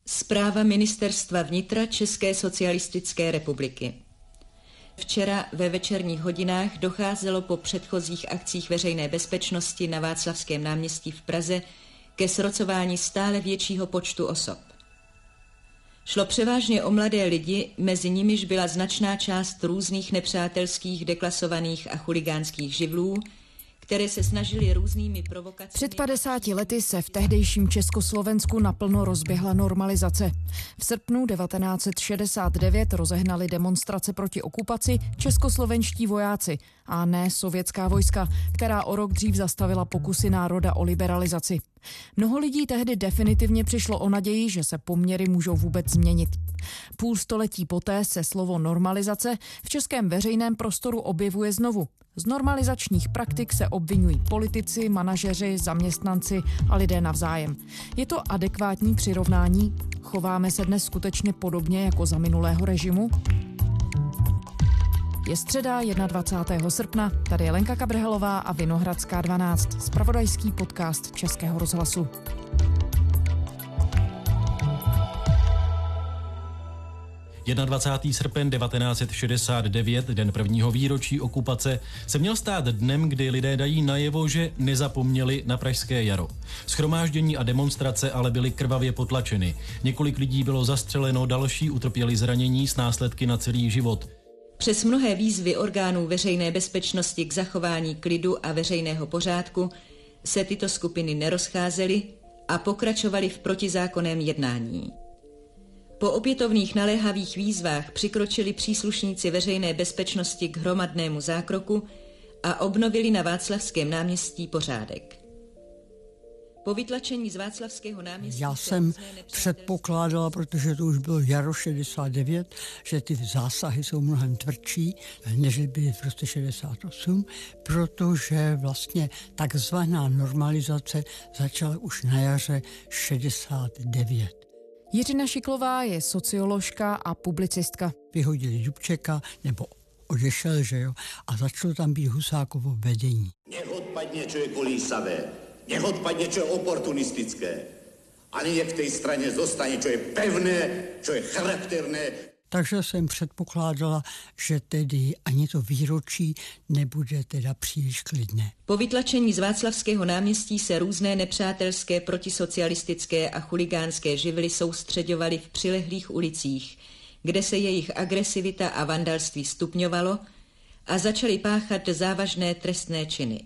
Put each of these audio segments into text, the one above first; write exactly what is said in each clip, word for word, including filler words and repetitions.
Zpráva Ministerstva vnitra České socialistické republiky. Včera ve večerních hodinách docházelo po předchozích akcích veřejné bezpečnosti na Václavském náměstí v Praze ke srocování stále většího počtu osob. Šlo převážně o mladé lidi, mezi nimiž byla značná část různých nepřátelských, deklasovaných a chuligánských živlů, které se snažili různými provokacemi... Před padesáti lety se v tehdejším Československu naplno rozběhla normalizace. V srpnu devatenáct set šedesát devět rozehnali demonstrace proti okupaci českoslovenští vojáci a ne sovětská vojska, která o rok dřív zastavila pokusy národa o liberalizaci. Mnoho lidí tehdy definitivně přišlo o naději, že se poměry můžou vůbec změnit. Půl století poté se slovo normalizace v českém veřejném prostoru objevuje znovu. Z normalizačních praktik se obvinují politici, manažeři, zaměstnanci a lidé navzájem. Je to adekvátní přirovnání? Chováme se dnes skutečně podobně jako za minulého režimu? Je středa dvacátého prvního srpna, tady je Lenka Kabrhelová a Vinohradská dvanáct, zpravodajský podcast Českého rozhlasu. dvacátého prvního srpen devatenáct set šedesát devět, den prvního výročí okupace, se měl stát dnem, kdy lidé dají najevo, že nezapomněli na pražské jaro. Shromáždění a demonstrace ale byly krvavě potlačeny. Několik lidí bylo zastřeleno, další utrpěli zranění s následky na celý život. Přes mnohé výzvy orgánů veřejné bezpečnosti k zachování klidu a veřejného pořádku se tyto skupiny nerozcházely a pokračovaly v protizákonném jednání. Po opětovných naléhavých výzvách přikročili příslušníci veřejné bezpečnosti k hromadnému zákroku a obnovili na Václavském náměstí pořádek. Po vytlačení z Václavského náměstí... Já jsem předpokládala, protože to už bylo jaro šedesát devět, že ty zásahy jsou mnohem tvrdší, než byly v roce šedesát osm, protože vlastně takzvaná normalizace začala už na jaře šedesát devět. Jiřina Šiklová je socioložka a publicistka. Vyhodili Dubčeka, nebo odešel, že jo, a začalo tam být Husákovo vedení. Nech odpadne, čo je kolísavé, nech odpadne, čo je oportunistické. A nech v tej strane zostane, čo je pevné, čo je charakterné. Takže jsem předpokládala, že tedy ani to výročí nebude teda příliš klidné. Po vytlačení z Václavského náměstí se různé nepřátelské, protisocialistické a chuligánské živly soustřeďovaly v přilehlých ulicích, kde se jejich agresivita a vandalství stupňovalo a začaly páchat závažné trestné činy.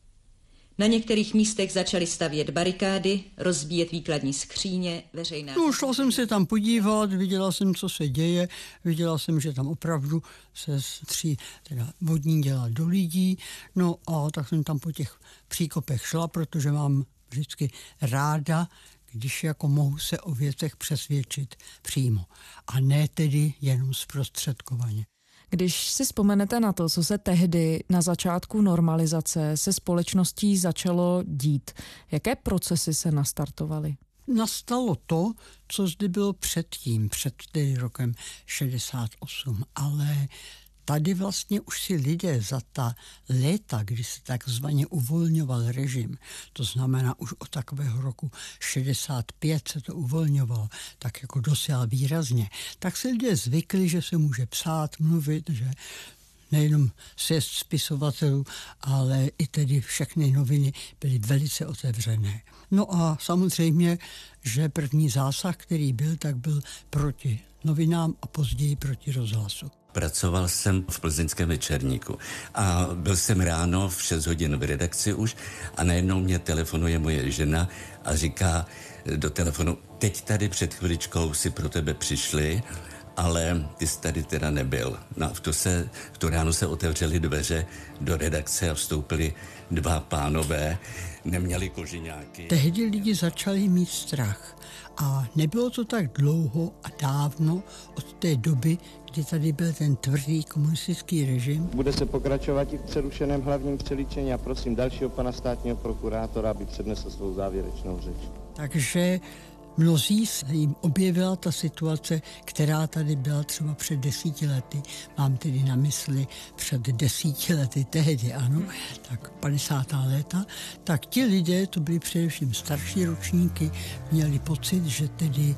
Na některých místech začali stavět barikády, rozbíjet výkladní skříně, veřejná... No, šla jsem se tam podívat, viděla jsem, co se děje, viděla jsem, že tam opravdu se stří teda vodní dělá do lidí, no a tak jsem tam po těch příkopech šla, protože mám vždycky ráda, když jako mohu se o věcech přesvědčit přímo a ne tedy jenom zprostředkovaně. Když si vzpomenete na to, co se tehdy na začátku normalizace se společností začalo dít, jaké procesy se nastartovaly? Nastalo to, co zde bylo předtím, před rokem šedesát osm, ale tady vlastně už si lidé za ta léta, kdy se takzvaně uvolňoval režim, to znamená už od takového roku šedesát pět se to uvolňovalo, tak jako docela výrazně, tak se lidé zvykli, že se může psát, mluvit, že nejenom sjezd spisovatelů, ale i tedy všechny noviny byly velice otevřené. No a samozřejmě, že první zásah, který byl, tak byl proti novinám a později proti rozhlasu. Pracoval jsem v plzeňském Večerníku a byl jsem ráno v šest hodin v redakci už a najednou mě telefonuje moje žena a říká do telefonu, teď tady před chviličkou si pro tebe přišli, ale ty jsi tady teda nebyl. No v tu, se, v tu ráno se otevřely dveře do redakce a vstoupili dva pánové, neměli kožiňáky. Tehdy lidi začali mít strach a nebylo to tak dlouho a dávno od té doby, kdy tady byl ten tvrdý komunistický režim. Bude se pokračovat i v přerušeném hlavním přelíčení a prosím dalšího pana státního prokurátora, aby přednesl svou závěrečnou řeč. Takže mnozí se jim objevila ta situace, která tady byla třeba před desíti lety. Mám tedy na mysli před desíti lety tehdy, ano, tak padesátá léta. Tak ti lidé, to byli především starší ročníky, měli pocit, že tedy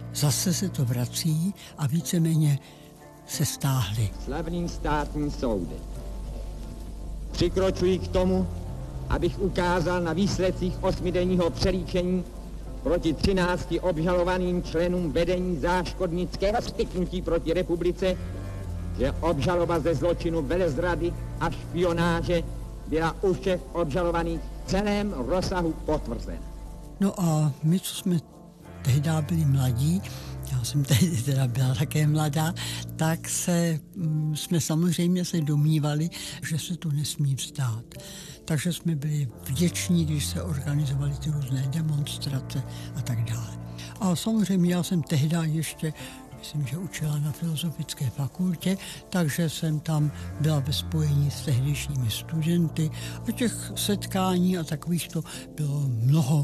zase se to vrací a víceméně se stáhli. Slavným státním soudem přikročuji k tomu, abych ukázal na výsledcích osmidenního přelíčení proti třinácti obžalovaným členům vedení záškodnického spiknutí proti republice, že obžaloba ze zločinu velezrady a špionáže byla u všech obžalovaných v celém rozsahu potvrzena. No a my, co jsme tehdy byli mladí, já jsem tehdy teda byla také mladá, tak se, jsme samozřejmě se domnívali, že se to nesmí vzdát. Takže jsme byli vděční, když se organizovaly ty různé demonstrace a tak dále. A samozřejmě já jsem tehdy ještě, myslím, že učila na Filozofické fakultě, takže jsem tam byla ve spojení s tehdejšími studenty a těch setkání a takových to bylo mnoho.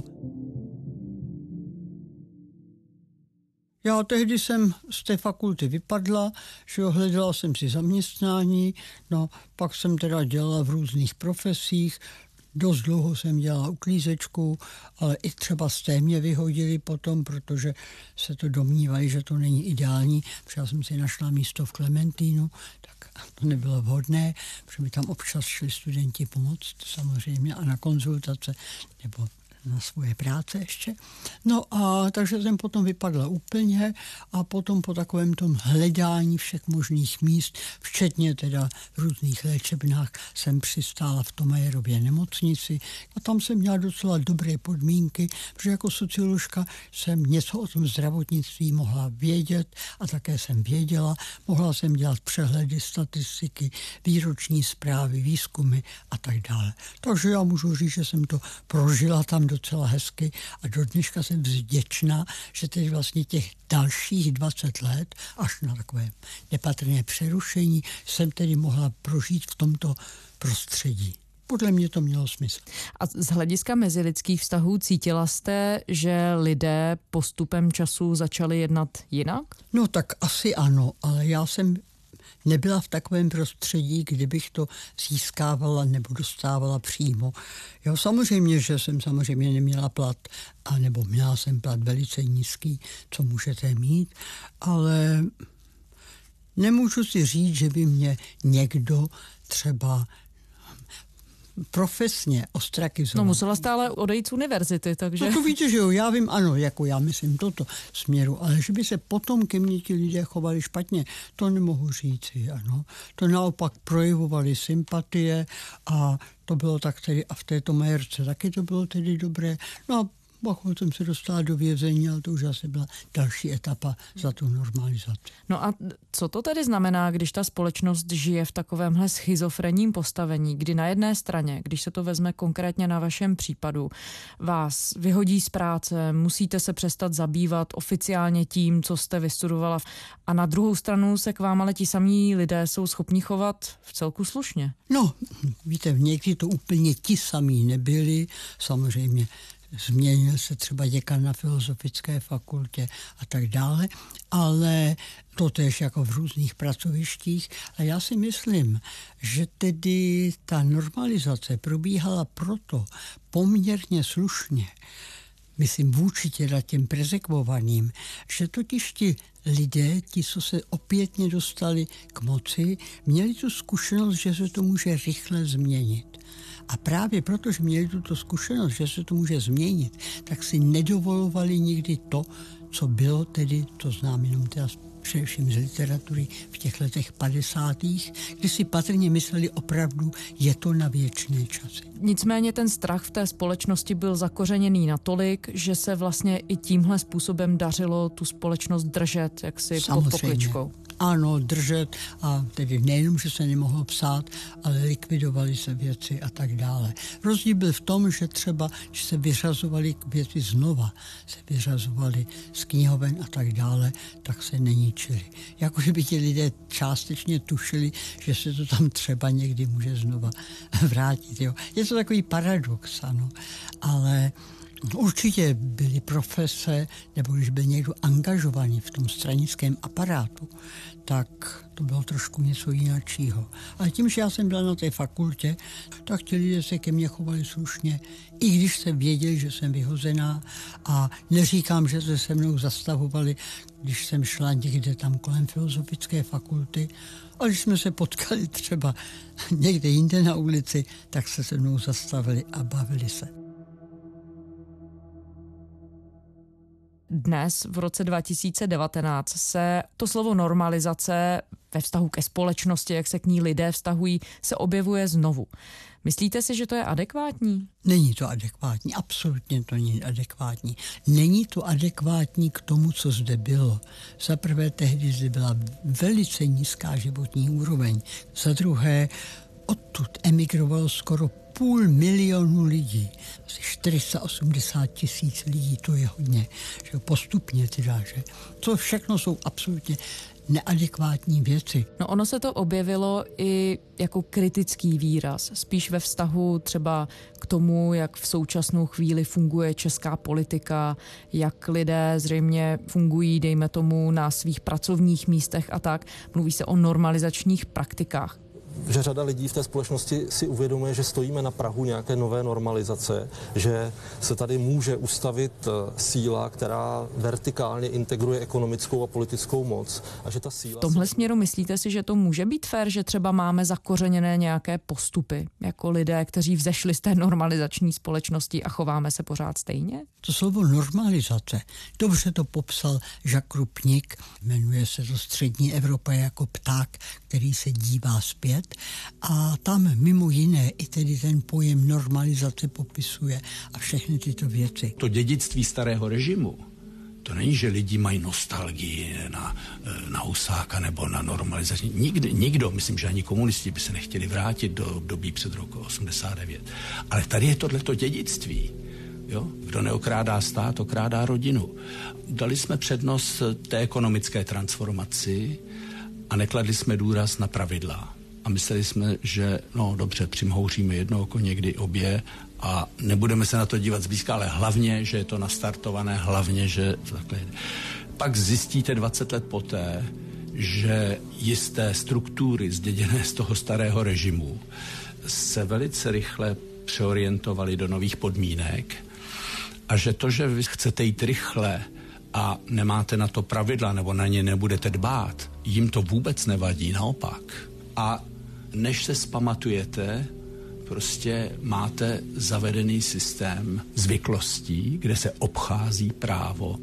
Já tehdy jsem z té fakulty vypadla, že jo, hledala jsem si zaměstnání, no pak jsem teda dělala v různých profesích, dost dlouho jsem dělala uklízečku, ale i třeba z té mě vyhodili potom, protože se to domnívali, že to není ideální, protože já jsem si našla místo v Klementínu, tak to nebylo vhodné, protože mi tam občas šli studenti pomoct samozřejmě a na konzultace nebo na svoje práce ještě. No a takže jsem potom vypadla úplně a potom po takovém tom hledání všech možných míst, včetně teda v různých léčebnách, jsem přistála v Thomayerově nemocnici a tam jsem měla docela dobré podmínky, protože jako socioložka jsem něco o tom zdravotnictví mohla vědět a také jsem věděla, mohla jsem dělat přehledy, statistiky, výroční zprávy, výzkumy a tak dále. Takže já můžu říct, že jsem to prožila tam docela hezky a do dneška jsem vděčná, že teď vlastně těch dalších dvacet let, až na takové nepatrné přerušení, jsem tedy mohla prožít v tomto prostředí. Podle mě to mělo smysl. A z hlediska mezilidských vztahů cítila jste, že lidé postupem času začali jednat jinak? No tak asi ano, ale já jsem nebyla v takovém prostředí, kdybych to získávala nebo dostávala přímo. Jo, samozřejmě, že jsem samozřejmě neměla plat, a nebo měla jsem plat velice nízký, co můžete mít, ale nemůžu si říct, že by mě někdo třeba profesně ostrakizoval. No musela stále odejít z univerzity, takže... No to víte, že jo, já vím, ano, jako já myslím toto směru, ale že by se potom ke mně ti lidé chovali špatně, to nemohu říci, ano. To naopak projevovali sympatie a to bylo tak tedy, a v této Thomayerce taky to bylo tedy dobré. No a pak jsem se dostala do vězení, ale to už asi byla další etapa za tu normalizaci. No a co to tedy znamená, když ta společnost žije v takovémhle schizofrenním postavení, kdy na jedné straně, když se to vezme konkrétně na vašem případu, vás vyhodí z práce, musíte se přestat zabývat oficiálně tím, co jste vystudovala, a na druhou stranu se k vám ale ti samí lidé jsou schopni chovat v celku slušně? No, víte, někdy to úplně ti samí nebyli, samozřejmě změnil se třeba děkan na Filozofické fakultě a tak dále, ale to též jako v různých pracovištích. A já si myslím, že tedy ta normalizace probíhala proto poměrně slušně, myslím vůči teda těm prezekvovaným, že totiž ti lidé, ti, co se opětně dostali k moci, měli tu zkušenost, že se to může rychle změnit. A právě protože měli tuto zkušenost, že se to může změnit, tak si nedovolovali nikdy to, co bylo tedy, to znám jenom teda především z literatury v těch letech padesátých, kdy si patrně mysleli opravdu, je to na věčné časy. Nicméně ten strach v té společnosti byl zakořeněný natolik, že se vlastně i tímhle způsobem dařilo tu společnost držet jaksi pod pokličkou. Ano, držet a tedy nejenom, že se nemohlo psát, ale likvidovaly se věci a tak dále. Rozdíl byl v tom, že třeba, když se vyřazovaly věci znova, se vyřazovaly z knihoven a tak dále, tak se neníčily. Jako by ti lidé částečně tušili, že se to tam třeba někdy může znova vrátit. Jo. Je to takový paradox, ano, ale Určitě byly profese, nebo když byl někdo angažovaný v tom stranickém aparátu, tak to bylo trošku něco jiného. Ale tím, že já jsem byl na té fakultě, tak ti lidé se ke mně chovali slušně, i když jsem věděl, že jsem vyhozená, a neříkám, že se se mnou zastavovali, když jsem šla někde tam kolem filozofické fakulty, a když jsme se potkali třeba někde jinde na ulici, tak se se mnou zastavili a bavili se. Dnes, v roce dva tisíce devatenáct, se to slovo normalizace ve vztahu ke společnosti, jak se k ní lidé vztahují, se objevuje znovu. Myslíte si, že to je adekvátní? Není to adekvátní, absolutně to není adekvátní. Není to adekvátní k tomu, co zde bylo. Za prvé, tehdy zde byla velice nízká životní úroveň. Za druhé, odtud emigrovalo skoro půl milionu lidí. Asi čtyři sta osmdesát tisíc lidí, to je hodně. Že postupně teda, že to všechno jsou absolutně neadekvátní věci. No ono se to objevilo i jako kritický výraz, spíš ve vztahu třeba k tomu, jak v současnou chvíli funguje česká politika, jak lidé zřejmě fungují, dejme tomu, na svých pracovních místech a tak. Mluví se o normalizačních praktikách. Že řada lidí v té společnosti si uvědomuje, že stojíme na prahu nějaké nové normalizace, že se tady může ustavit síla, která vertikálně integruje ekonomickou a politickou moc. A že ta síla... V tomhle se... směru myslíte si, že to může být fér, že třeba máme zakořeněné nějaké postupy, jako lidé, kteří vzešli z té normalizační společnosti a chováme se pořád stejně? To slovo normalizace, dobře to popsal Jacques Rupnik, jmenuje se to Střední Evropa jako pták, který se dívá zpět, a tam mimo jiné i tedy ten pojem normalizace popisuje a všechny tyto věci. To dědictví starého režimu, to není, že lidi mají nostalgii na, na Husáka nebo na normalizaci. Nikdy, nikdo, myslím, že ani komunisti by se nechtěli vrátit do období před roku osmdesát devět. Ale tady je tohleto dědictví. Jo? Kdo neokrádá stát, okrádá rodinu. Dali jsme přednost té ekonomické transformaci a nekladli jsme důraz na pravidla. A mysleli jsme, že no dobře, přimhouříme jedno oko, někdy obě a nebudeme se na to dívat zblízka, ale hlavně, že je to nastartované, hlavně, že takhle jde. Pak zjistíte dvacet let poté, že jisté struktury zděděné z toho starého režimu se velice rychle přeorientovaly do nových podmínek a že to, že vy chcete jít rychle a nemáte na to pravidla nebo na ně nebudete dbát, jim to vůbec nevadí, naopak. A než se zpamatujete, prostě máte zavedený systém zvyklostí, kde se obchází právo.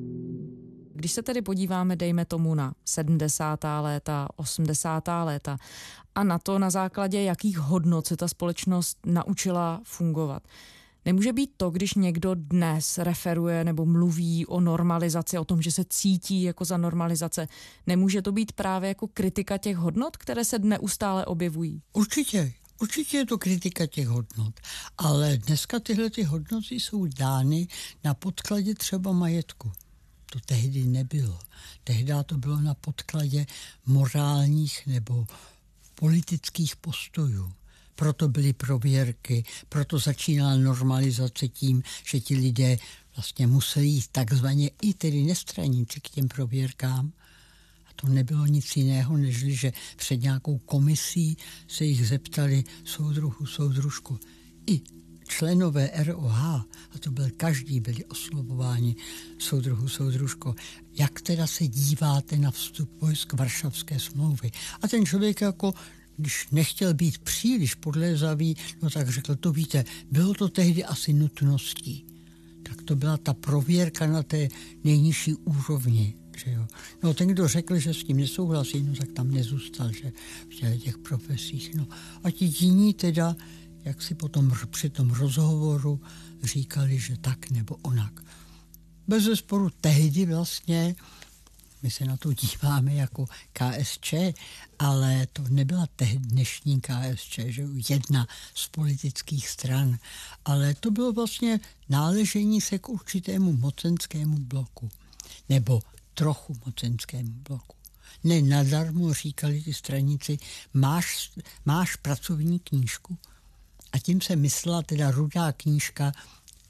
Když se tedy podíváme, dejme tomu, na sedmdesátá léta, osmdesátá léta a na to, na základě jakých hodnot se ta společnost naučila fungovat. Nemůže být to, když někdo dnes referuje nebo mluví o normalizaci, o tom, že se cítí jako za normalizace, nemůže to být právě jako kritika těch hodnot, které se neustále objevují? Určitě. Určitě je to kritika těch hodnot, ale dneska tyhle ty hodnoty jsou dány na podkladě třeba majetku. To tehdy nebylo. Tehdy to bylo na podkladě morálních nebo politických postojů. Proto byly prověrky, proto začínala normalizace tím, že ti lidé vlastně museli jít takzvaně i tedy nestraníci k těm prověrkám. A to nebylo nic jiného, než že před nějakou komisí se jich zeptali soudruhu, soudružku. I členové R O H, a to byl každý, byli oslovováni soudruhu, soudružko, jak teda se díváte na vstup vojsk Varšavské smlouvy. A ten člověk jako když nechtěl být příliš podlézavý, no tak řekl, to víte, bylo to tehdy asi nutností. Tak to byla ta prověrka na té nejnižší úrovni. Že jo. No ten, kdo řekl, že s tím nesouhlasí, no tak tam nezůstal, že v těch profesích. No. A ti jiní teda, jak si potom při tom rozhovoru říkali, že tak nebo onak. Bezesporu tehdy vlastně my se na to díváme jako K S Č, ale to nebyla tehdy dnešní K S Č, že jedna z politických stran, ale to bylo vlastně náležení se k určitému mocenskému bloku, nebo trochu mocenskému bloku. Ne nadarmo říkali ty straníci, máš, máš pracovní knížku? A tím se myslela teda rudá knížka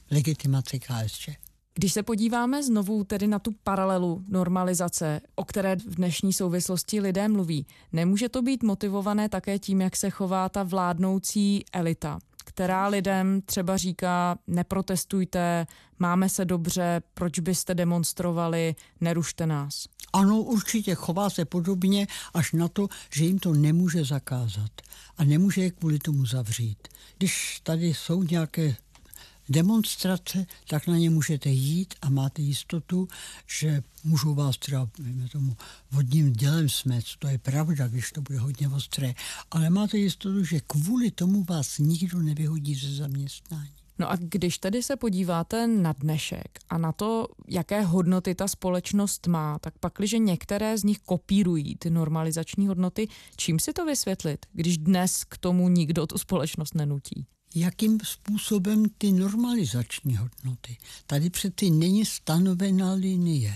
legitimaci K S Č. Když se podíváme znovu tedy na tu paralelu normalizace, o které v dnešní souvislosti lidé mluví, nemůže to být motivované také tím, jak se chová ta vládnoucí elita, která lidem třeba říká, neprotestujte, máme se dobře, proč byste demonstrovali, nerušte nás. Ano, určitě chová se podobně až na to, že jim to nemůže zakázat a nemůže je kvůli tomu zavřít. Když tady jsou nějaké demonstrace, tak na ně můžete jít a máte jistotu, že můžou vás třeba, víme tomu, vodním dělem smést. To je pravda, když to bude hodně ostré. Ale máte jistotu, že kvůli tomu vás nikdo nevyhodí ze zaměstnání. No a když tedy se podíváte na dnešek a na to, jaké hodnoty ta společnost má, tak pakliže některé z nich kopírují ty normalizační hodnoty, čím si to vysvětlit, když dnes k tomu nikdo tu společnost nenutí? Jakým způsobem ty normalizační hodnoty? Tady přeci není stanovená linie.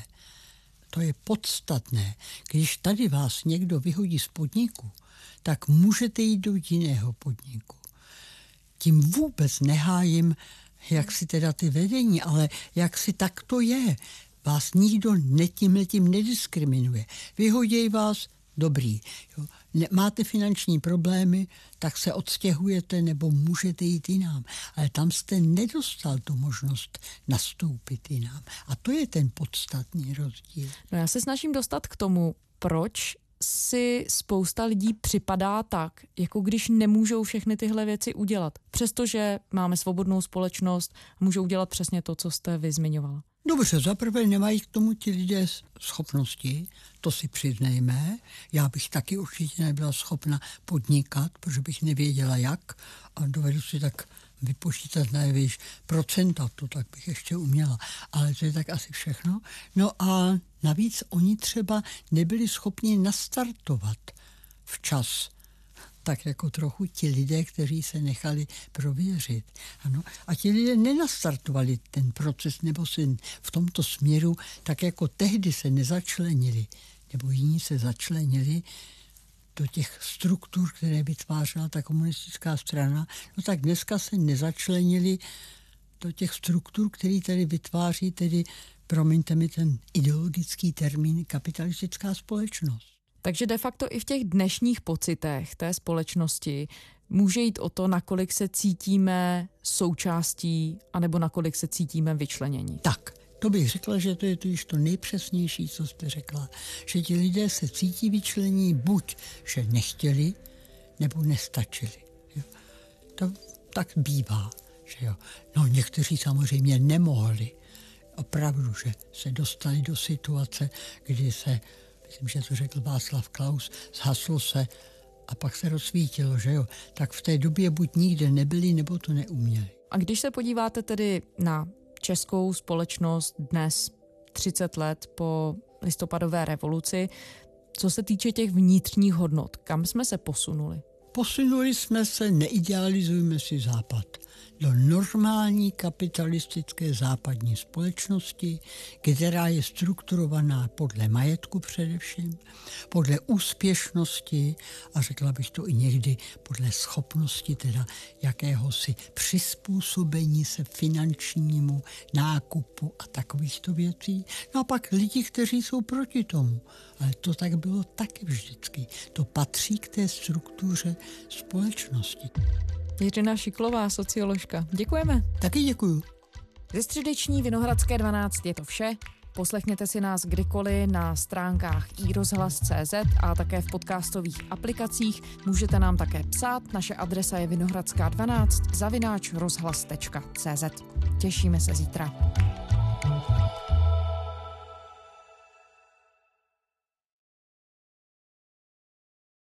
To je podstatné. Když tady vás někdo vyhodí z podniku, tak můžete jít do jiného podniku. Tím vůbec nehájím, jak si teda ty vedení, ale jak si tak to je. Vás nikdo tímhletím nediskriminuje. Vyhoděj vás, dobrý. Jo. Ne, máte finanční problémy, tak se odstěhujete nebo můžete jít jinam. Ale tam jste nedostal tu možnost nastoupit jinam. A to je ten podstatný rozdíl. No já se snažím dostat k tomu, proč si spousta lidí připadá tak, jako když nemůžou všechny tyhle věci udělat. Přestože máme svobodnou společnost a můžou dělat přesně to, co jste vy zmiňovala. Dobře, zaprvé nemají k tomu ti lidé schopnosti, to si přiznejme. Já bych taky určitě nebyla schopna podnikat, protože bych nevěděla jak a dovedu si tak vypočítat nejvíc procenta, to tak bych ještě uměla. Ale to je tak asi všechno. No a navíc oni třeba nebyli schopni nastartovat včas, tak jako trochu ti lidé, kteří se nechali prověřit. Ano. A ti lidé nenastartovali ten proces, nebo se v tomto směru, tak jako tehdy se nezačlenili, nebo jiní se začlenili do těch struktur, které vytvářela ta komunistická strana, no tak dneska se nezačlenili do těch struktur, které tady vytváří, tedy, promiňte mi ten ideologický termín, kapitalistická společnost. Takže de facto i v těch dnešních pocitech té společnosti může jít o to, nakolik se cítíme součástí, anebo nakolik se cítíme vyčlenění. Tak, to bych řekla, že to je to již to nejpřesnější, co jste řekla. Že ti lidé se cítí vyčlení buď, že nechtěli, nebo nestačili. Jo. To tak bývá. Že jo. No někteří samozřejmě nemohli. Opravdu, že se dostali do situace, kdy se, myslím, že to řekl Václav Klaus, zhaslo se a pak se rozsvítilo, že jo. Tak v té době buď nikde nebyli, nebo to neuměli. A když se podíváte tedy na českou společnost dnes, třicet let po listopadové revoluci, co se týče těch vnitřních hodnot, kam jsme se posunuli? Posunuli jsme se, neidealizujme si Západ, do normální kapitalistické západní společnosti, která je strukturovaná podle majetku především, podle úspěšnosti a řekla bych to i někdy podle schopnosti teda jakéhosi přizpůsobení se finančnímu nákupu a takovýchto věcí. No a pak lidi, kteří jsou proti tomu. Ale to tak bylo taky vždycky. To patří k té struktuře společnosti. Jiřina Šiklová, socioložka. Děkujeme. Taky děkuju. Ze středeční Vinohradské dvanáct je to vše. Poslechněte si nás kdykoliv na stránkách i rozhlas tečka cé zet a také v podcastových aplikacích. Můžete nám také psát. Naše adresa je vinohradská dvanáct zavináč rozhlas tečka cé zet. Těšíme se zítra.